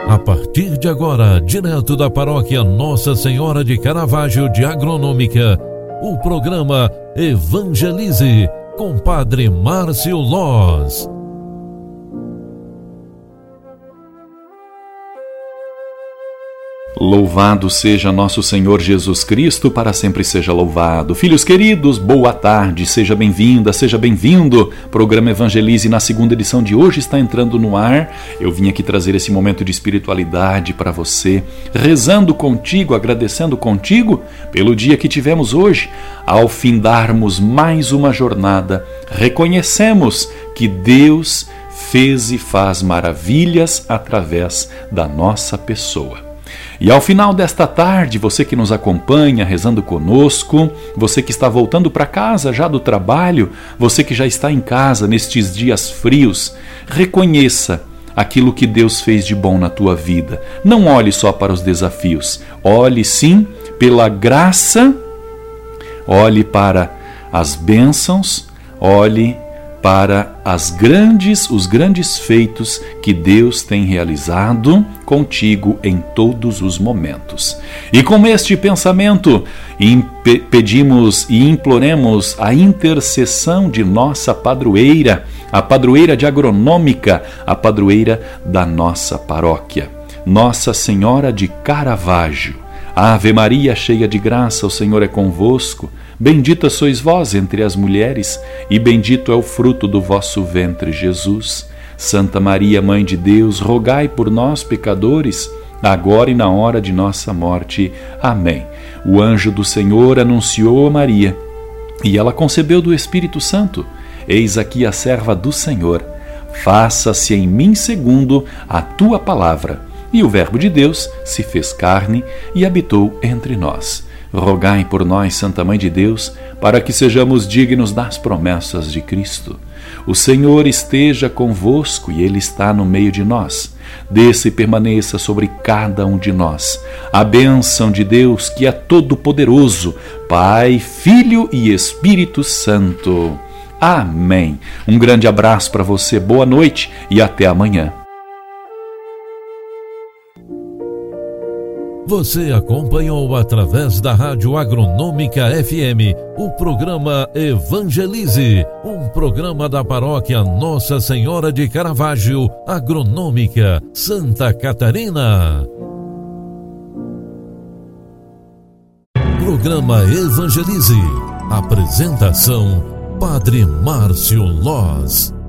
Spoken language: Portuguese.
A partir de agora, direto da paróquia Nossa Senhora de Caravaggio de Agronômica, o programa Evangelize com Padre Márcio Loz. Louvado seja nosso Senhor Jesus Cristo, para sempre seja louvado. Filhos queridos, boa tarde, seja bem-vinda, seja bem-vindo. Programa Evangelize na segunda edição de hoje está entrando no ar. Eu vim aqui trazer esse momento de espiritualidade para você, rezando contigo, agradecendo contigo pelo dia que tivemos hoje. Ao findarmos mais uma jornada, reconhecemos que Deus fez e faz maravilhas através da nossa pessoa. E ao final desta tarde, você que nos acompanha rezando conosco, você que está voltando para casa já do trabalho, você que já está em casa nestes dias frios, reconheça aquilo que Deus fez de bom na tua vida. Não olhe só para os desafios, olhe sim pela graça, olhe para as bênçãos, olhe para os grandes feitos que Deus tem realizado contigo em todos os momentos. E com este pensamento, pedimos e imploremos a intercessão de nossa padroeira, a padroeira de Agronômica, a padroeira da nossa paróquia, Nossa Senhora de Caravaggio. Ave Maria, cheia de graça, o Senhor é convosco. Bendita sois vós entre as mulheres, e bendito é o fruto do vosso ventre, Jesus. Santa Maria, Mãe de Deus, rogai por nós, pecadores, agora e na hora de nossa morte. Amém. O anjo do Senhor anunciou a Maria, e ela concebeu do Espírito Santo. Eis aqui a serva do Senhor. Faça-se em mim segundo a tua palavra. E o Verbo de Deus se fez carne e habitou entre nós. Rogai por nós, Santa Mãe de Deus, para que sejamos dignos das promessas de Cristo. O Senhor esteja convosco e Ele está no meio de nós. Desça e permaneça sobre cada um de nós. A bênção de Deus, que é todo-poderoso, Pai, Filho e Espírito Santo. Amém. Um grande abraço para você, boa noite e até amanhã. Você acompanhou através da Rádio Agronômica FM o programa Evangelize, um programa da paróquia Nossa Senhora de Caravaggio, Agronômica, Santa Catarina. Programa Evangelize. Apresentação: Padre Márcio Loz.